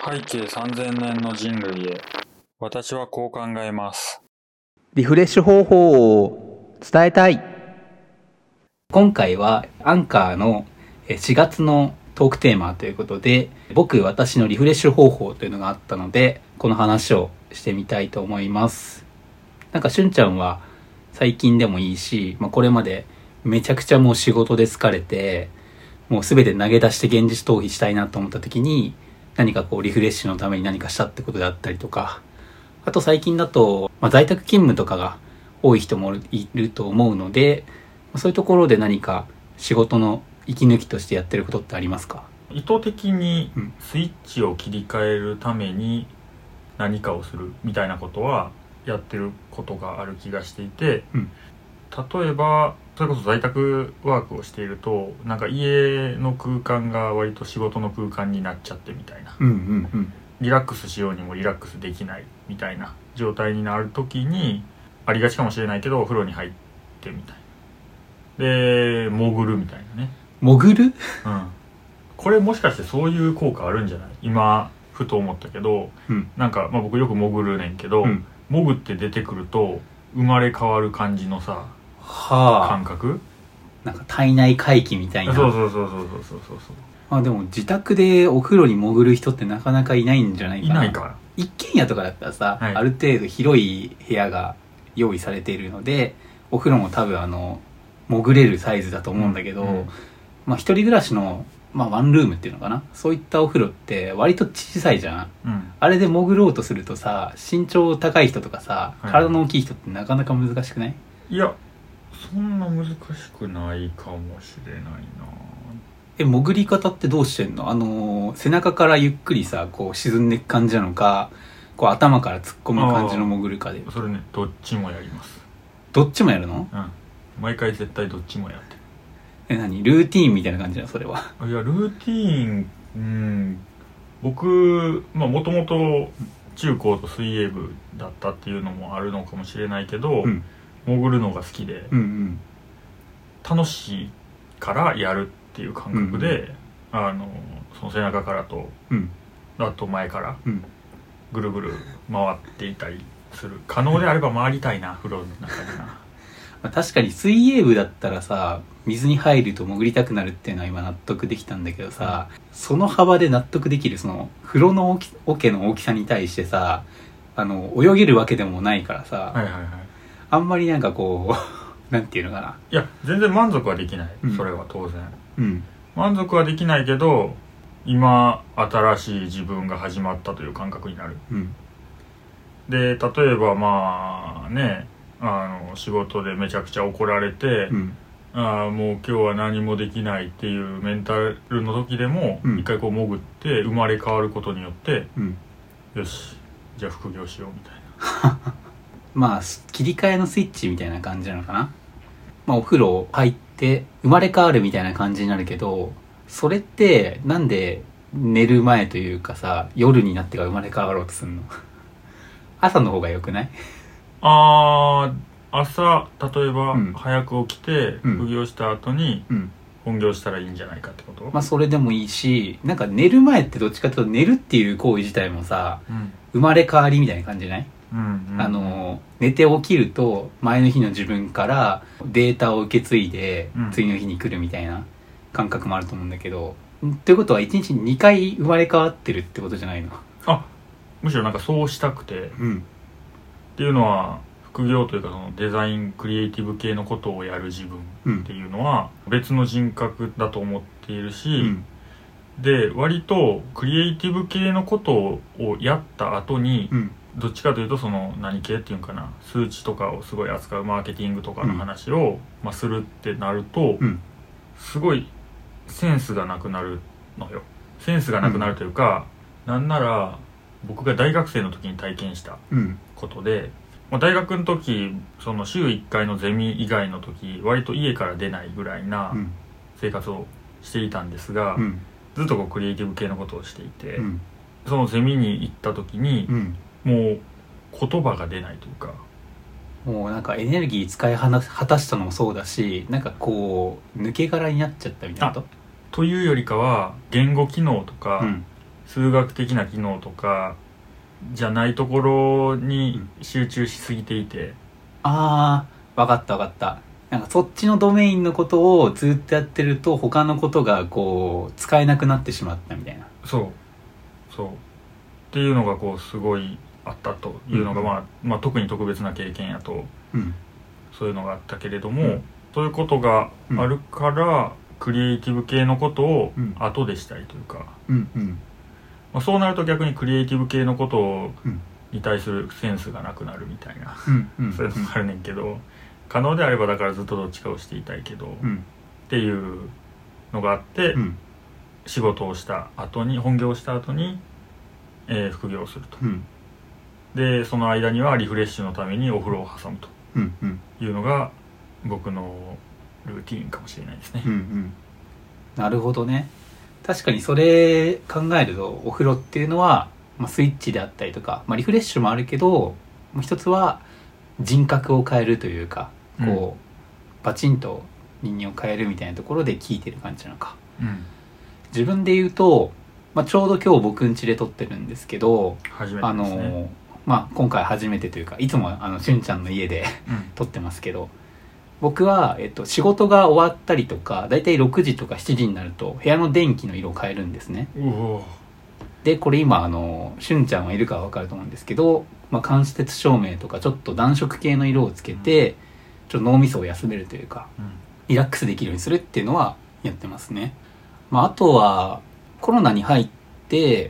背景3000年の人類へ。私はこう考えます。 リフレッシュ方法を伝えたい。今回はアンカーの4月のトークテーマということで、私のリフレッシュ方法というのがあったので、この話をしてみたいと思います。なんかしゅんちゃんは最近でもいいし、これまでめちゃくちゃもう仕事で疲れて、もうすべて投げ出して現実逃避したいなと思った時に、何かリフレッシュのために何かしたってことであったりとか、あと最近だと、在宅勤務とかが多い人もいると思うので、そういうところで何か仕事の息抜きとしてやってることってありますか？ 意図的にスイッチを切り替えるために何かをするみたいなことはやってることがある気がしていて、例えばそれこそ在宅ワークをしていると、なんか家の空間が割と仕事の空間になっちゃってみたいな、リラックスしようにもリラックスできないみたいな状態になるときにありがちかもしれないけど、お風呂に入ってみたいなで潜るみたいなね。 潜る？ これもしかしてそういう効果あるんじゃない？今ふと思ったけど、なんか僕よく潜るねんけど、潜って出てくると生まれ変わる感じのさ、感覚、 なんか体内回帰みたいな。 そうでも自宅でお風呂に潜る人ってなかなかいないんじゃないかな。 いないか。 一軒家とかだったらさ、ある程度広い部屋が用意されているので、お風呂も多分潜れるサイズだと思うんだけど、一人暮らしのワンルームっていうのかな、そういったお風呂って割と小さいじゃん、あれで潜ろうとするとさ、身長高い人とかさ、体の大きい人ってなかなか難しくない？ いや、そんな難しくないかもしれないな。 潜り方ってどうしてんの？背中からゆっくりさ沈んでいく感じなのか、頭から突っ込む感じの潜るかで。 それね、どっちもやります。 どっちもやるの？ 毎回絶対どっちもやってる。 何？ルーティーンみたいな感じなのそれは？ いや、ルーティーン、僕もともと中高と水泳部だったっていうのもあるのかもしれないけど、潜るのが好きで、楽しいからやるっていう感覚で、その背中からと、あと前からぐるぐる回っていたりする。可能であれば回りたいな、風呂の中でな。 確かに水泳部だったらさ、水に入ると潜りたくなるっていうのは今納得できたんだけどさ、その幅で納得できる、その風呂の桶の大きさに対してさ、泳げるわけでもないからさ、あんまりなんかなんていうのかな。 いや、全然満足はできない、それは当然。満足はできないけど、今新しい自分が始まったという感覚になる。で、例えば仕事でめちゃくちゃ怒られて、もう今日は何もできないっていうメンタルの時でも、一回潜って生まれ変わることによって、よし、じゃあ副業しようみたいな。 切り替えのスイッチみたいな感じなのかな。お風呂入って生まれ変わるみたいな感じになるけど、それってなんで寝る前というかさ、夜になってから生まれ変わろうとするの？朝の方が良くない？ 朝、例えば、早く起きて副業した後に本業したらいいんじゃないかってこと？ それでもいいし、なんか寝る前ってどっちかというと寝るっていう行為自体もさ、生まれ変わりみたいな感じじゃない？寝て起きると前の日の自分からデータを受け継いで次の日に来るみたいな感覚もあると思うんだけど、ということは1日に2回生まれ変わってるってことじゃないの？ むしろなんかそうしたくて、っていうのは副業というか、そのデザインクリエイティブ系のことをやる自分っていうのは別の人格だと思っているし、で割とクリエイティブ系のことをやった後に、どっちかというとその何系っていうかな、数値とかをすごい扱うマーケティングとかの話を、するってなると、すごいセンスがなくなるのよ。センスがなくなるというか、なんなら僕が大学生の時に体験したことで、大学の時、その週1回のゼミ以外の時、割と家から出ないぐらいな生活をしていたんですが、ずっとクリエイティブ系のことをしていて、そのゼミに行った時に、もう言葉が出ないというか、 もうなんかエネルギー使い果たしたのもそうだし、なんか抜け殻になっちゃったみたいなこと？ というよりかは言語機能とか、 数学的な機能とかじゃないところに集中しすぎていて、 ああ、分かった分かった。なんかそっちのドメインのことをずっとやってると他のことがこう使えなくなってしまったみたいな。 そうっていうのがこうすごいあったというのが、特に特別な経験やと、そういうのがあったけれども、そういうことがあるから、クリエイティブ系のことを後でしたいというか、そうなると逆にクリエイティブ系のことに対するセンスがなくなるみたいな、そういうのもあるねんけど、可能であればだからずっとどっちかをしていたいけど、っていうのがあって、仕事をした後に本業をした後に、副業をすると、でその間にはリフレッシュのためにお風呂を挟むというのが僕のルーティーンかもしれないですね。 なるほどね。確かにそれ考えるとお風呂っていうのは、スイッチであったりとか、リフレッシュもあるけど、もう一つは人格を変えるというか、こうバチンと人間を変えるみたいなところで効いてる感じなのか。自分で言うと、ちょうど今日僕ん家で撮ってるんですけど、 初めてですね。 今回初めてというか、いつもしゅんちゃんの家で撮ってますけど、僕は、仕事が終わったりとか、だいたい6時とか7時になると部屋の電気の色を変えるんですね。でこれ今しゅんちゃんはいるか分かると思うんですけど、間接照明とかちょっと暖色系の色をつけて、ちょっと脳みそを休めるというか、リラックスできるようにするっていうのはやってますね。あとはコロナに入って、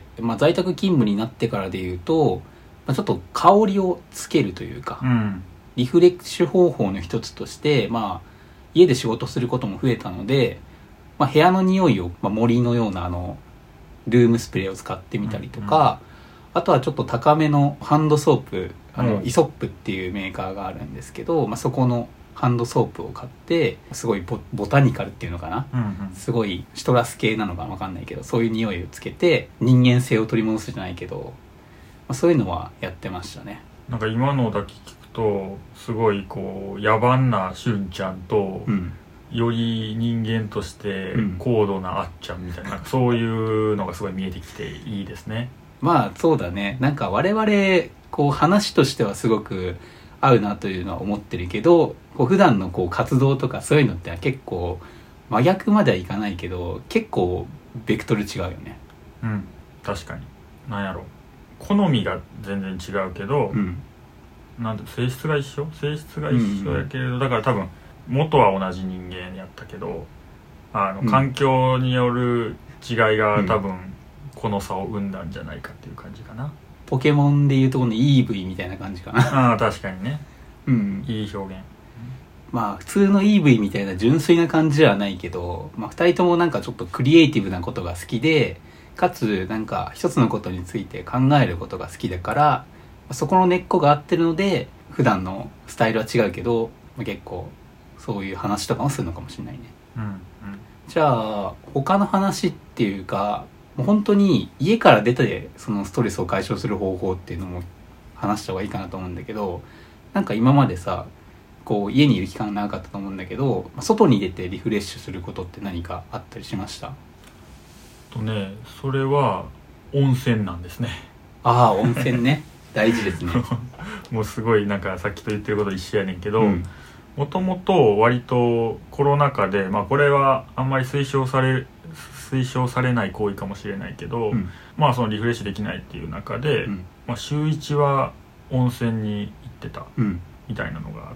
在宅勤務になってからでいうと、ちょっと香りをつけるというか、リフレッシュ方法の一つとして、家で仕事することも増えたので、部屋の匂いを、森のようなルームスプレーを使ってみたりとか、あとはちょっと高めのハンドソープ、イソップっていうメーカーがあるんですけど、そこのハンドソープを買って、すごい ボタニカルっていうのかな、すごいシトラス系なのか分かんないけど、そういう匂いをつけて人間性を取り戻すじゃないけど、そういうのはやってましたね。 なんか今のだけ聞くとすごいこう野蛮なしゅんちゃんと、より人間として高度なあっちゃんみたいな、なんかそういうのがすごい見えてきていいですね。 そうだね。なんか我々こう話としてはすごく合うなというのは思ってるけど、こう普段のこう活動とかそういうのって結構真逆まではいかないけど、結構ベクトル違うよね。 確かに。なんやろ、好みが全然違うけど、なんて性質が一緒やけれど、だから多分元は同じ人間やったけど、環境による違いが多分この差を生んだんじゃないかっていう感じかな。 ポケモンでいうところの EV みたいな感じかな。 確かにね。いい表現。 普通の EV みたいな純粋な感じではないけど、2人ともなんかちょっとクリエイティブなことが好きで、かつなんか一つのことについて考えることが好きだから、そこの根っこが合ってるので、普段のスタイルは違うけど、結構そういう話とかもするのかもしれないね。じゃあ他の話っていうか、もう本当に家から出てそのストレスを解消する方法っていうのも話した方がいいかなと思うんだけど、なんか今までさ、こう家にいる期間長かったと思うんだけど、外に出てリフレッシュすることって何かあったりしました？ それは温泉なんですね。 温泉ね。大事ですね。 もうすごいなんかさっきと言ってること一緒やねんけど、もともと割とコロナ禍で、これはあんまり推奨されない行為かもしれないけど、そのリフレッシュできないっていう中で、週1は温泉に行ってたみたいなのがあって、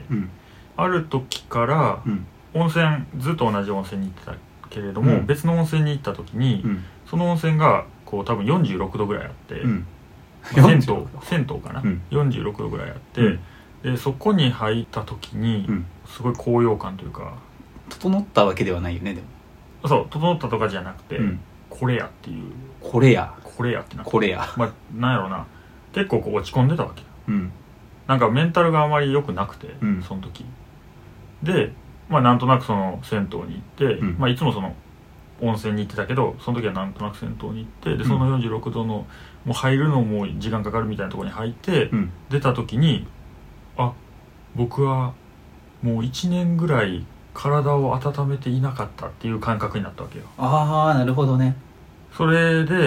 ある時から、温泉ずっと同じ温泉に行ってたけれども、別の温泉に行った時に、その温泉がこう多分46度ぐらいあって、銭湯かな、46度ぐらいあって、でそこに入った時にすごい高揚感というか、 整ったわけではないよね。でもそう、整ったとかじゃなくて、これやっていう、 これやってなって、なんやろうな、結構こう落ち込んでたわけ、なんかメンタルがあまり良くなくて、その時で、なんとなくその銭湯に行って、いつもその温泉に行ってたけど、その時はなんとなく銭湯に行って、でその46度のもう入るのも時間かかるみたいなところに入って、出た時に、僕はもう1年ぐらい体を温めていなかったっていう感覚になったわけよ。 なるほどね。 それで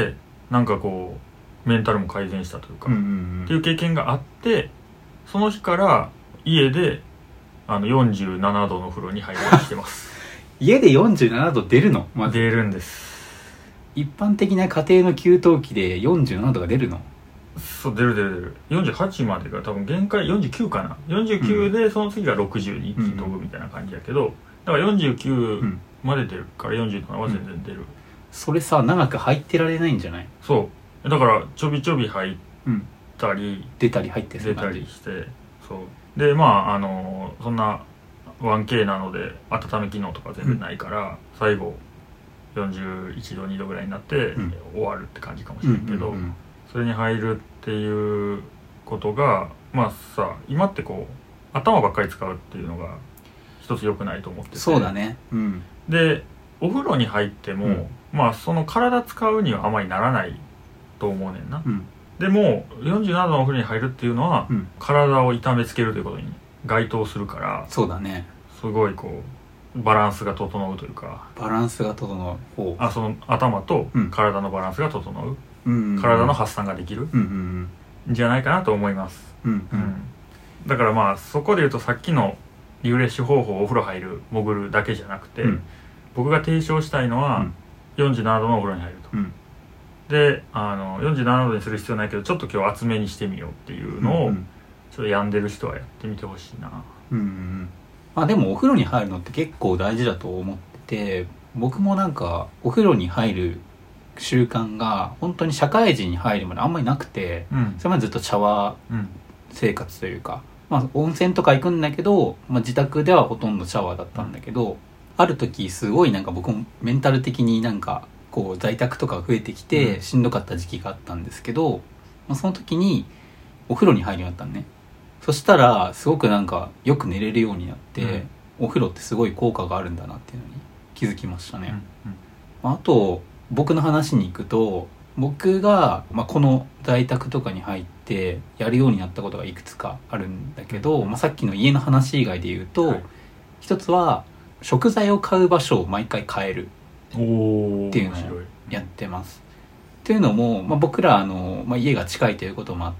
なんかこうメンタルも改善したというか、っていう経験があって、その日から家で47度の風呂に入るようにしてます家で47度出るの？まず出るんです。 一般的な家庭の給湯器で47度が出るの？ そう出る48までが多分限界49かな。49でその次が60に飛ぶみたいな感じやけど、だから49まで出るから47は全然出る、 それさ長く入ってられないんじゃない？ そうだからちょびちょび入ったり、 出たり入って出たりして、そうでまあそんな 1K なので温め機能とか全然ないから、最後41度2度ぐらいになって終わるって感じかもしれんけど、それに入るっていうことがまあさ、今ってこう頭ばっかり使うっていうのが一つ良くないと思ってて。 そうだね、 でお風呂に入っても、まあその体使うにはあまりならないと思うねんな、でも47度のお風呂に入るっていうのは、体を痛めつけるということに該当するから、 そうだね、 すごいこうバランスが整うというか、 バランスが整う方、 その頭と体のバランスが整う、体の発散ができる、んじゃないかなと思います、だからまあそこで言うと、さっきのリフレッシュ方法、お風呂入る潜るだけじゃなくて、僕が提唱したいのは、47度のお風呂に入ると、で47度にする必要ないけどちょっと今日厚めにしてみようっていうのを、ちょっと病んでる人はやってみてほしいな。 まあでもお風呂に入るのって結構大事だと思ってて、僕もなんかお風呂に入る習慣が本当に社会人に入るまであんまりなくて、それまでずっとシャワー生活というか、まあ温泉とか行くんだけど、まあ、自宅ではほとんどシャワーだったんだけど、ある時すごいなんか僕もメンタル的になんかこう在宅とかが増えてきてしんどかった時期があったんですけど、まあ、その時にお風呂に入るようになったのね。そしたらすごくなんかよく寝れるようになって、お風呂ってすごい効果があるんだなっていうのに気づきましたね、あと僕の話に行くと、僕が、まあ、この在宅とかに入ってやるようになったことがいくつかあるんだけど、まあ、さっきの家の話以外で言うと、一つは食材を買う場所を毎回変えるっていうのをやってます。っていうのも、まあ、僕らまあ、家が近いということもあって、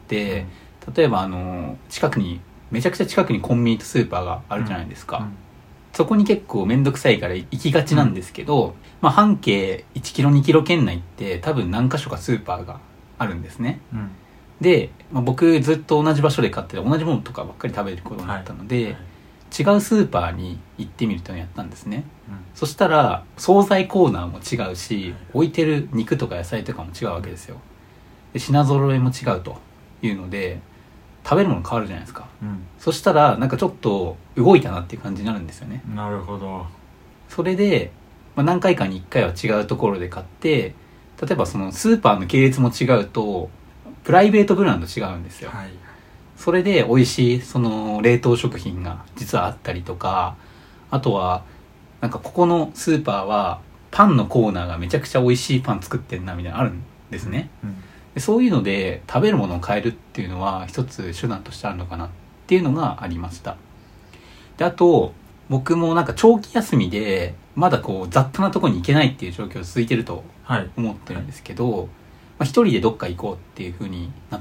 例えば近くにめちゃくちゃ近くにコンビニとスーパーがあるじゃないですか、そこに結構めんどくさいから行きがちなんですけど、まあ、半径1キロ2キロ圏内って多分何か所かスーパーがあるんですね、で、まあ、僕ずっと同じ場所で買って同じものとかばっかり食べることになったので、違うスーパーに行ってみるというのをやったんですね、そしたら惣菜コーナーも違うし、置いてる肉とか野菜とかも違うわけですよ。で品揃えも違うというので食べるもの変わるじゃないですか、そしたらなんかちょっと動いたなっていう感じになるんですよね。 なるほど。 それで、まあ、何回かに1回は違うところで買って、例えばそのスーパーの系列も違うとプライベートブランド違うんですよ、それで美味しいその冷凍食品が実はあったりとか、あとはなんかここのスーパーはパンのコーナーがめちゃくちゃ美味しいパン作ってんなみたいなのあるんですね、でそういうので食べるものを変えるっていうのは一つ手段としてあるのかなっていうのがありました。であと僕もなんか長期休みでまだこう雑多なところに行けないっていう状況続いてると思ってるんですけど、まあ、一人でどっか行こうっていう風になって、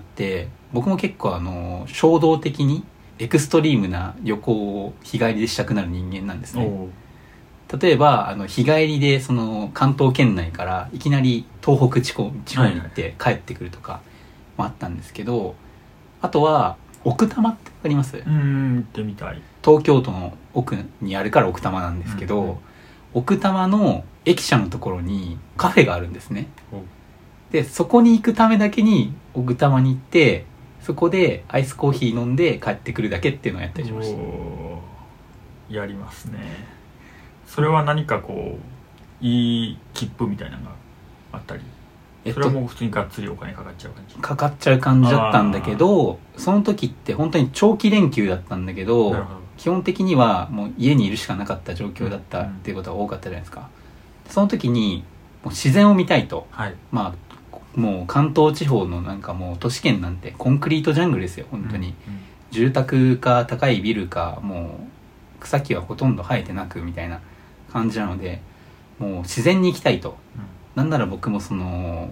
僕も結構衝動的にエクストリームな旅行を日帰りでしたくなる人間なんですね。例えば日帰りでその関東圏内からいきなり東北地方に行って帰ってくるとかもあったんですけど、あとは奥多摩ってわかります？ 行ってみたい。 東京都の奥にあるから奥多摩なんですけど、奥多摩の駅舎のところにカフェがあるんですね。でそこに行くためだけに奥多摩に行って、そこでアイスコーヒー飲んで帰ってくるだけっていうのをやったりしました。 やりますね。それは何かこういい切符みたいなのがあったり、それはもう普通にがっつりお金かかっちゃう感じ？ かかっちゃう感じだったんだけど、その時って本当に長期連休だったんだけど、基本的にはもう家にいるしかなかった状況だったっていうことが多かったじゃないですか。その時にもう自然を見たいと、まあもう関東地方のなんかもう都市圏なんてコンクリートジャングルですよ本当に、住宅か高いビルかもう草木はほとんど生えてなくみたいな感じなので、もう自然に行きたいと、なんなら僕もその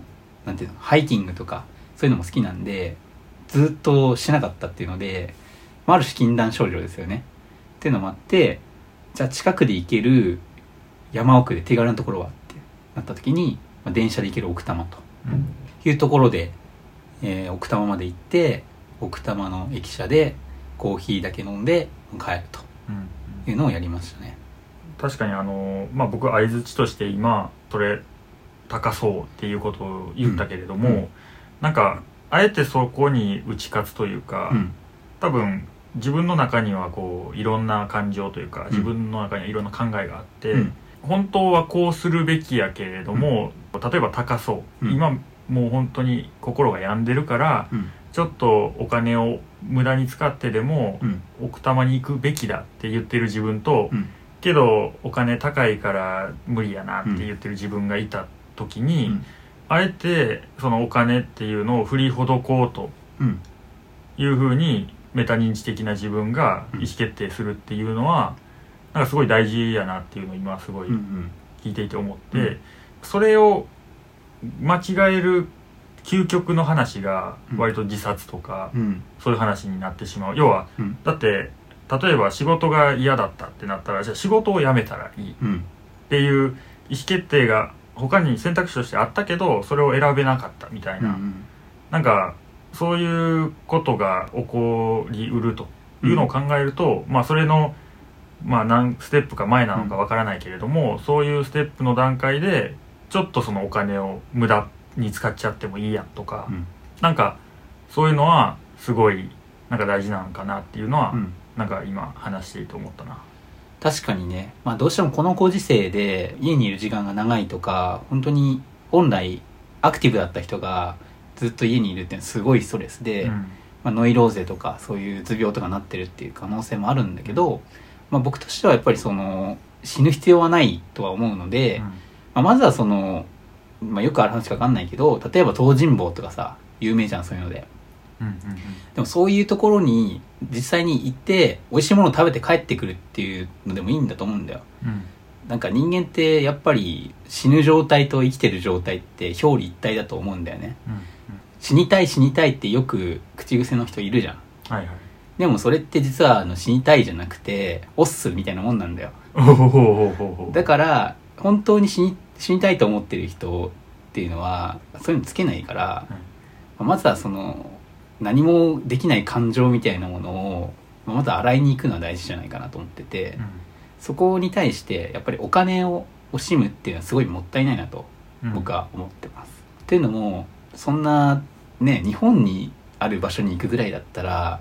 なんていうの、ハイキングとかそういうのも好きなんでずっとしなかったっていうので、ある種禁断症状ですよねっていうのもあって、じゃあ近くで行ける山奥で手軽なところはってなった時に、電車で行ける奥多摩というところで、奥多摩まで行って奥多摩の駅舎でコーヒーだけ飲んで帰るというのをやりましたね。 確かに僕相槌として今それ高そうっていうことを言ったけれども、なんかあえてそこに打ち勝つというか、多分自分の中にはこういろんな感情というか、自分の中にはいろんな考えがあって、本当はこうするべきやけれども、例えば高そう、今もう本当に心が病んでるから、ちょっとお金を無駄に使ってでも、奥多摩に行くべきだって言ってる自分と、けどお金高いから無理やなって言ってる自分がいた時に、あえてそのお金っていうのを振りほどこうというふうにメタ認知的な自分が意思決定するっていうのは、なんかすごい大事やなっていうのを今すごい聞いていて思って、それを間違える究極の話が割と自殺とか、そういう話になってしまう。要は、だって例えば仕事が嫌だったってなったら、じゃあ仕事を辞めたらいいっていう意思決定が他に選択肢としてあったけど、それを選べなかったみたいな、なんかそういうことが起こりうるというのを考えると、それの何ステップか前なのかわからないけれども、そういうステップの段階でちょっとそのお金を無駄に使っちゃってもいいやとか、なんかそういうのはすごいなんか大事なのかなっていうのは、なんか今話していいと思ったな。 確かにね、どうしてもこのご時世で家にいる時間が長いとか、本当に本来アクティブだった人がずっと家にいるっていうのはすごいストレスで、ノイローゼとかそういううつ病とかなってるっていう可能性もあるんだけど、僕としてはやっぱりその死ぬ必要はないとは思うので、まずはその、よくある話か分かんないけど、例えば東尋坊とかさ有名じゃん、そういうので。でもそういうところに実際に行って美味しいものを食べて帰ってくるっていうのでもいいんだと思うんだよ。なんか人間ってやっぱり死ぬ状態と生きてる状態って表裏一体だと思うんだよね。死にたい死にたいってよく口癖の人いるじゃん。でもそれって実は死にたいじゃなくてオッスみたいなもんなんだよ。だから本当に死にたいと思ってる人っていうのはそういうのつけないから、まずはその何もできない感情みたいなものをまず洗いに行くのは大事じゃないかなと思ってて、そこに対してやっぱりお金を惜しむっていうのはすごいもったいないなと僕は思ってます。っていうのもそんなね、日本にある場所に行くぐらいだったら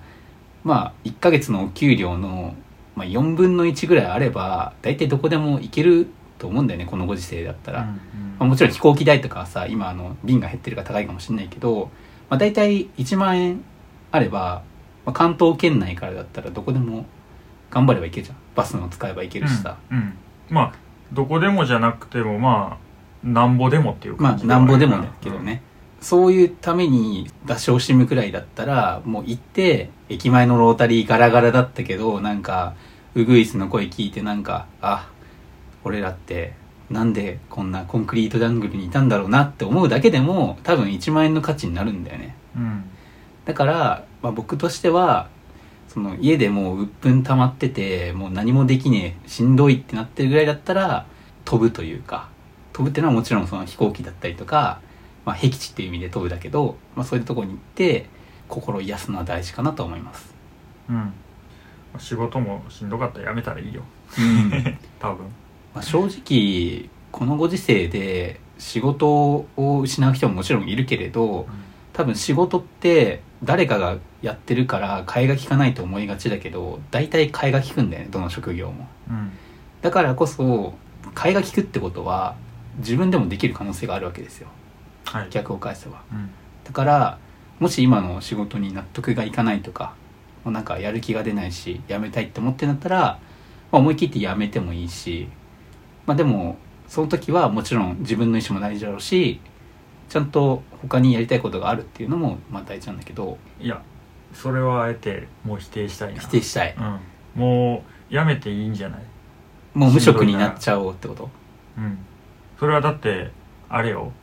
1ヶ月のお給料の4分の1ぐらいあれば大体どこでも行けると思うんだよね、このご時世だったら。もちろん飛行機代とかはさ、今便が減ってるから高いかもしれないけど、大体1万円あれば、関東圏内からだったらどこでも頑張れば行けるじゃん。バスの使えば行けるしさ、 どこでもじゃなくてもなんぼでもっていう感じなんぼでもだけどね、そういうために出し惜しむくらいだったらもう行って、駅前のロータリーガラガラだったけどなんかウグイスの声聞いて、なんか俺らってなんでこんなコンクリートジャングルにいたんだろうなって思うだけでも多分1万円の価値になるんだよね。だから、僕としてはその家でもう鬱憤溜まっててもう何もできねえしんどいってなってるぐらいだったら飛ぶというか、飛ぶっていうのはもちろんその飛行機だったりとか、僻地っていう意味で飛ぶだけど、そういうところに行って心を癒すのは大事かなと思います。 仕事もしんどかったらやめたらいいよ、多分。 正直このご時世で仕事を失う人ももちろんいるけれど、多分仕事って誰かがやってるから替えが利かないと思いがちだけど、大体替えが利くんだよね、どの職業も。だからこそ替えが利くってことは自分でもできる可能性があるわけですよ、逆を返せば。だからもし今の仕事に納得がいかないとか、なんかやる気が出ないし辞めたいって思ってんだったら、思い切って辞めてもいいし、でもその時はもちろん自分の意思も大事だろうし、ちゃんと他にやりたいことがあるっていうのも大事なんだけど。 いや、それはあえてもう否定したいな。 否定したい、 もうやめていいんじゃない。 もう無職になっちゃおうってこと。 それはだってあれよ、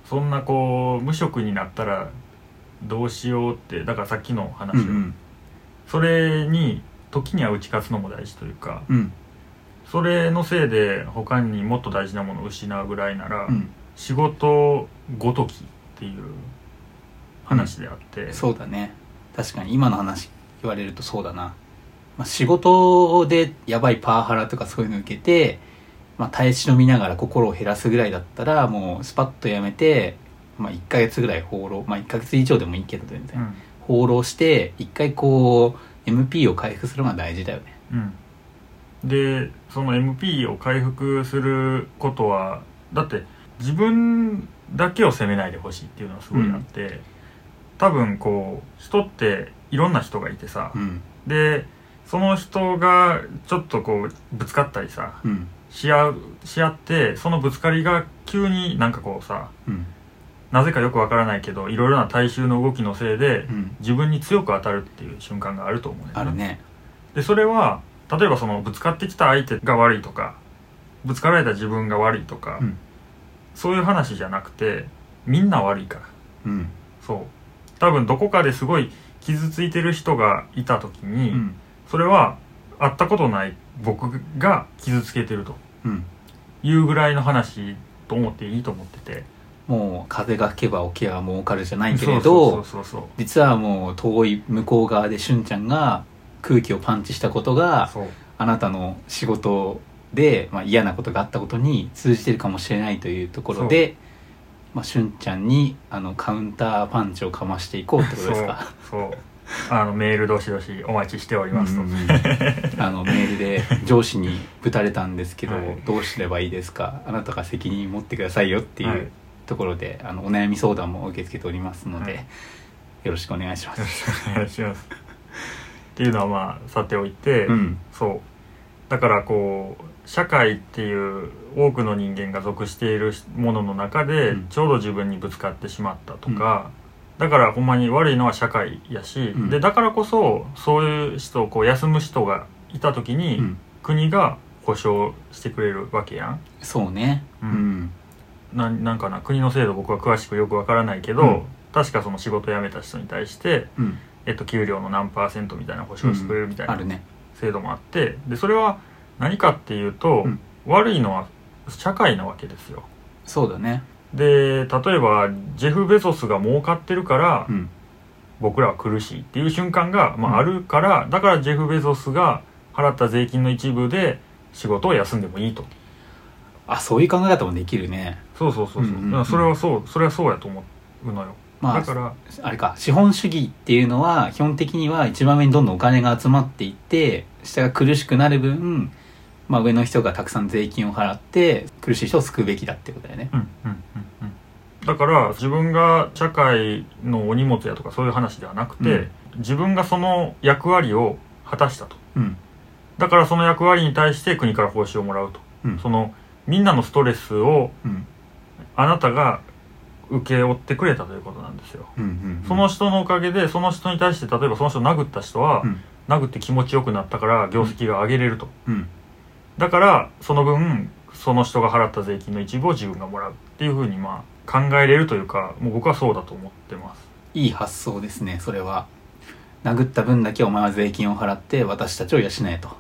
そんなこう無職になったらどうしようって、だからさっきの話を、それに時には打ち勝つのも大事というか、それのせいで他にもっと大事なものを失うぐらいなら、仕事ごときっていう話であって、 そうだね。確かに今の話言われるとそうだな。仕事でやばいパワハラとかそういうの受けて、耐え忍びながら心を減らすぐらいだったらもうスパッとやめて、1ヶ月ぐらい放浪、1ヶ月以上でもいいけど全然、放浪して一回こう MP を回復するのが大事だよね。 でその MP を回復することはだって自分だけを責めないでほしいっていうのはすごいあって、多分こう人っていろんな人がいてさ、でその人がちょっとこうぶつかったりさ、し合って、そのぶつかりが急になんかこうさ、なぜかよくわからないけどいろいろな大衆の動きのせいで、自分に強く当たるっていう瞬間があると思うね。 あるね。 でそれは例えばそのぶつかってきた相手が悪いとか、ぶつかられた自分が悪いとか、そういう話じゃなくてみんな悪いから、そう多分どこかですごい傷ついてる人がいた時に、それは会ったことない僕が傷つけてるというぐらいの話と思っていいと思ってて、 もう風が吹けば桶は儲かるじゃないけれど、実はもう遠い向こう側でしゅんちゃんが空気をパンチしたことがあなたの仕事で、嫌なことがあったことに通じてるかもしれないというところで、しゅんちゃんにカウンターパンチをかましていこうってことですか。 そうメールどしどしお待ちしておりますと、 メールで上司にぶたれたんですけど、どうすればいいですか、あなたが責任持ってくださいよっていうところで、お悩み相談も受け付けておりますので、よろしくお願いします。 よろしくお願いしますっていうのはさておいて、そうだからこう社会っていう多くの人間が属しているものの中で、ちょうど自分にぶつかってしまったとか、だからほんまに悪いのは社会やし、でだからこそそういう人をこう休む人がいた時に、国が保障してくれるわけやん。 そうね。 なんかな、国の制度僕は詳しくよくわからないけど、確かその仕事辞めた人に対して、給料の何%みたいな保障してくれるみたいな制度もあって、でそれは何かっていうと、悪いのは社会なわけですよ。 そうだね。 で例えばジェフ・ベゾスが儲かってるから、僕らは苦しいっていう瞬間が、あるから、だからジェフ・ベゾスが払った税金の一部で仕事を休んでもいいと。 そういう考え方もできるね。 そう、それはそうやと思うのよ。だからあれか、資本主義っていうのは基本的には一番上にどんどんお金が集まっていって、下が苦しくなる分、上の人がたくさん税金を払って苦しい人を救うべきだってことだよね。 だから自分が社会のお荷物やとかそういう話ではなくて、自分がその役割を果たしたと、だからその役割に対して国から報酬をもらうと、そのみんなのストレスをあなたが請け負ってくれたということなんですよ。その人のおかげで、その人に対して例えばその人を殴った人は、殴って気持ちよくなったから業績が上げれると、だからその分その人が払った税金の一部を自分がもらうっていうふうに考えれるというか、もう僕はそうだと思ってます。 いい発想ですね。それは殴った分だけお前は税金を払って私たちを養えと。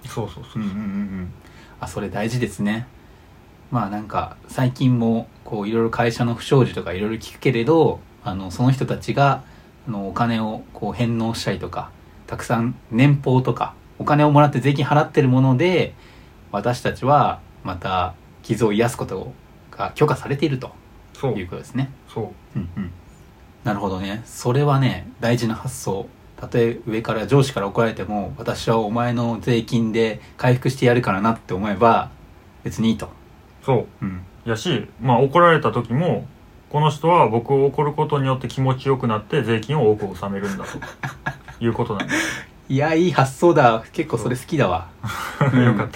それ大事ですね。なんか最近もこういろいろ会社の不祥事とかいろいろ聞くけれど、その人たちがお金をこう返納したりとか、たくさん年俸とかお金をもらって税金払ってるもので、私たちはまた傷を癒すことが許可されているということですね。なるほどね。それはね、大事な発想。たとえ上から上司から怒られても、私はお前の税金で回復してやるからなって思えば別にいいと。 やし、怒られた時もこの人は僕を怒ることによって気持ちよくなって税金を多く納めるんだということなんです。 いや、いい発想だ。結構それ好きだわ。 よかった。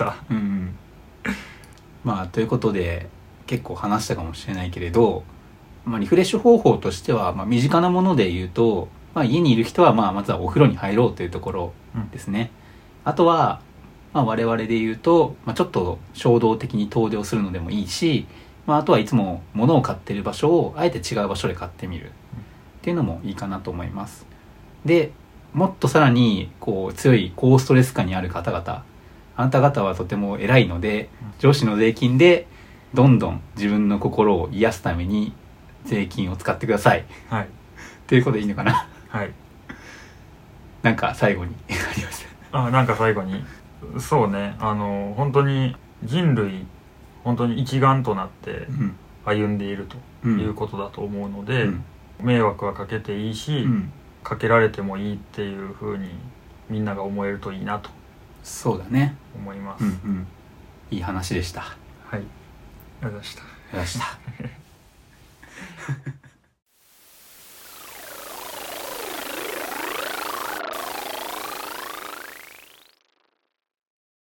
ということで結構話したかもしれないけれど、リフレッシュ方法としては、身近なもので言うと、家にいる人はまずはお風呂に入ろうというところですね。あとは、我々で言うと、ちょっと衝動的に遠出をするのでもいいし、 あとはいつも物を買ってる場所をあえて違う場所で買ってみるっていうのもいいかなと思います。でもっとさらにこう強い高ストレス下にある方々、あなた方はとても偉いので、上司の税金でどんどん自分の心を癒すために税金を使ってください。 はい。 ということでいいのかな。 はい。 なんか最後にありました。なんか最後に、そうね、本当に人類本当に一丸となって歩んでいるということだと思うので、迷惑はかけていいし、かけられてもいいっていう風にみんなが思えるといいなと。 そうだね。 思います。 いい話でした。 はい。ありがとうございました。 ありがとうございました。